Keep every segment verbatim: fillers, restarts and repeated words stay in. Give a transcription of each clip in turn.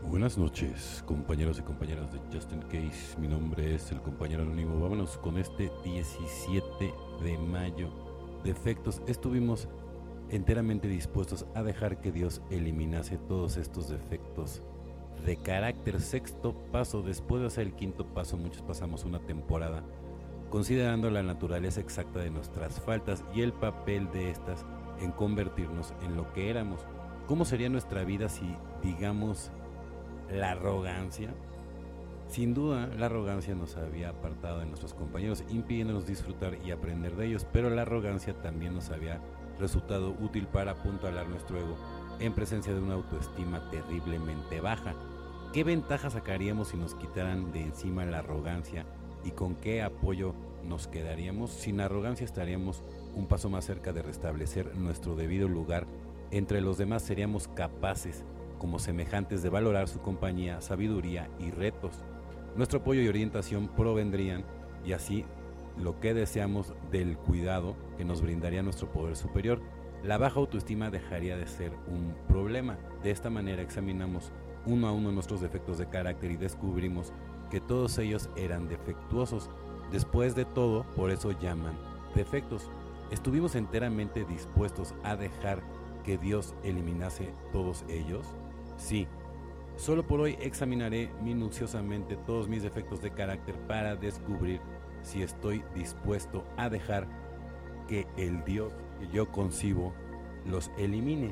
Buenas noches, compañeros y compañeras de Just In Case. Mi nombre es el compañero anónimo. Vámonos con este diecisiete de mayo. Defectos. Estuvimos enteramente dispuestos a dejar que Dios eliminase todos estos defectos de carácter. Sexto paso. Después de hacer el quinto paso, muchos pasamos una temporada considerando la naturaleza exacta de nuestras faltas y el papel de estas en convertirnos en lo que éramos. ¿Cómo sería nuestra vida si, digamos, la arrogancia? Sin duda, la arrogancia nos había apartado de nuestros compañeros, impidiéndonos disfrutar y aprender de ellos, pero la arrogancia también nos había resultado útil para apuntalar nuestro ego en presencia de una autoestima terriblemente baja. ¿Qué ventaja sacaríamos si nos quitaran de encima la arrogancia y con qué apoyo nos quedaríamos? Sin arrogancia estaríamos un paso más cerca de restablecer nuestro debido lugar entre los demás. Seríamos capaces como semejantes de valorar su compañía, sabiduría y retos. Nuestro apoyo y orientación provendrían, y así lo que deseamos, del cuidado que nos brindaría nuestro poder superior. La baja autoestima dejaría de ser un problema. De esta manera examinamos uno a uno nuestros defectos de carácter y descubrimos que todos ellos eran defectuosos. Después de todo, por eso llaman defectos. ¿Estuvimos enteramente dispuestos a dejar que Dios eliminase todos ellos? Sí. Solo por hoy examinaré minuciosamente todos mis defectos de carácter para descubrir si estoy dispuesto a dejar que el Dios que yo concibo los elimine.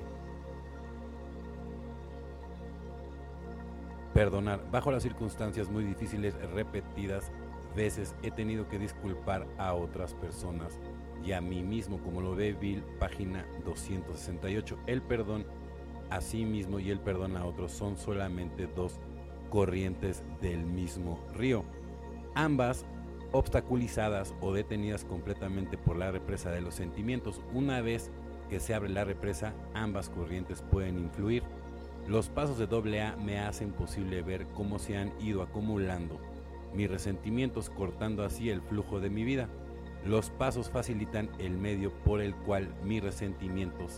Perdonar. Bajo las circunstancias muy difíciles, repetidas veces he tenido que disculpar a otras personas y a mí mismo, como lo ve Bill, página doscientos sesenta y ocho. El perdón a sí mismo y el perdón a otros son solamente dos corrientes del mismo río, ambas obstaculizadas o detenidas completamente por la represa de los sentimientos. Una vez que se abre la represa, ambas corrientes pueden influir. Los pasos de doble A me hacen posible ver cómo se han ido acumulando mis resentimientos, cortando así el flujo de mi vida. Los pasos facilitan el medio por el cual mis resentimientos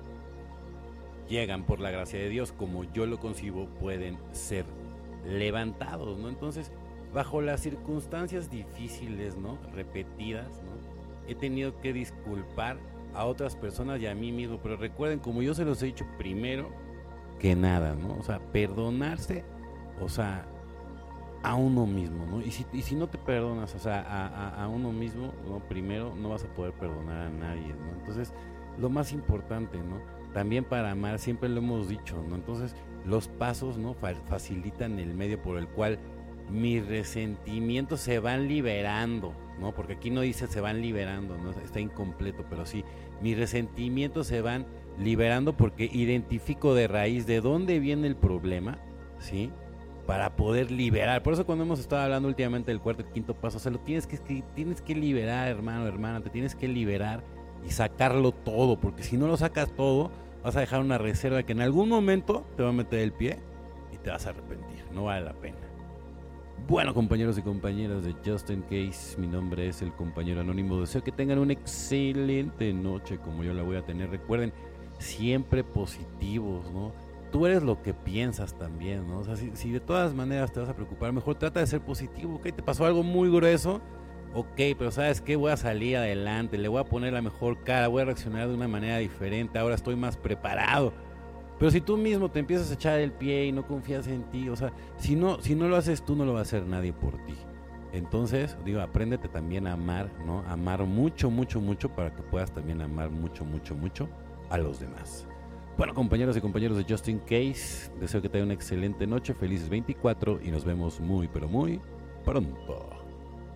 llegan, por la gracia de Dios, como yo lo concibo, pueden ser levantados, ¿no? Entonces, bajo las circunstancias difíciles, ¿no?, repetidas, ¿no?, he tenido que disculpar a otras personas y a mí mismo, pero recuerden, como yo se los he dicho, primero que nada, ¿no? O sea, perdonarse, o sea, a uno mismo, ¿no? Y si, y si no te perdonas, o sea, a, a, a uno mismo, ¿no?, primero no vas a poder perdonar a nadie, ¿no? Entonces, lo más importante, ¿no?, también para amar, siempre lo hemos dicho, ¿no? Entonces, los pasos, ¿no?, fa- facilitan el medio por el cual mis resentimientos se van liberando, ¿no? Porque aquí no dice se van liberando, ¿no? Está incompleto, pero sí, mis resentimientos se van liberando porque identifico de raíz de dónde viene el problema, ¿sí?, para poder liberar. Por eso cuando hemos estado hablando últimamente del cuarto y quinto paso, o sea, lo tienes que, que tienes que liberar, hermano, hermana, te tienes que liberar y sacarlo todo, porque si no lo sacas todo, vas a dejar una reserva que en algún momento te va a meter el pie y te vas a arrepentir, no vale la pena. Bueno, compañeros y compañeras de Just In Case, mi nombre es el compañero anónimo. Deseo que tengan una excelente noche como yo la voy a tener. Recuerden, siempre positivos, ¿no? Tú eres lo que piensas también, ¿no? O sea, si, si de todas maneras te vas a preocupar, mejor trata de ser positivo, ¿ok? Te pasó algo muy grueso, ok, pero ¿sabes qué? Voy a salir adelante, le voy a poner la mejor cara, voy a reaccionar de una manera diferente, ahora estoy más preparado. Pero si tú mismo te empiezas a echar el pie y no confías en ti, o sea, si no, si no lo haces tú, no lo va a hacer nadie por ti. Entonces, digo, apréndete también a amar, ¿no? Amar mucho, mucho, mucho para que puedas también amar mucho, mucho, mucho a los demás. Bueno, compañeros y compañeros de Just In Case, deseo que tengan una excelente noche, felices veinticuatro y nos vemos muy, pero muy pronto.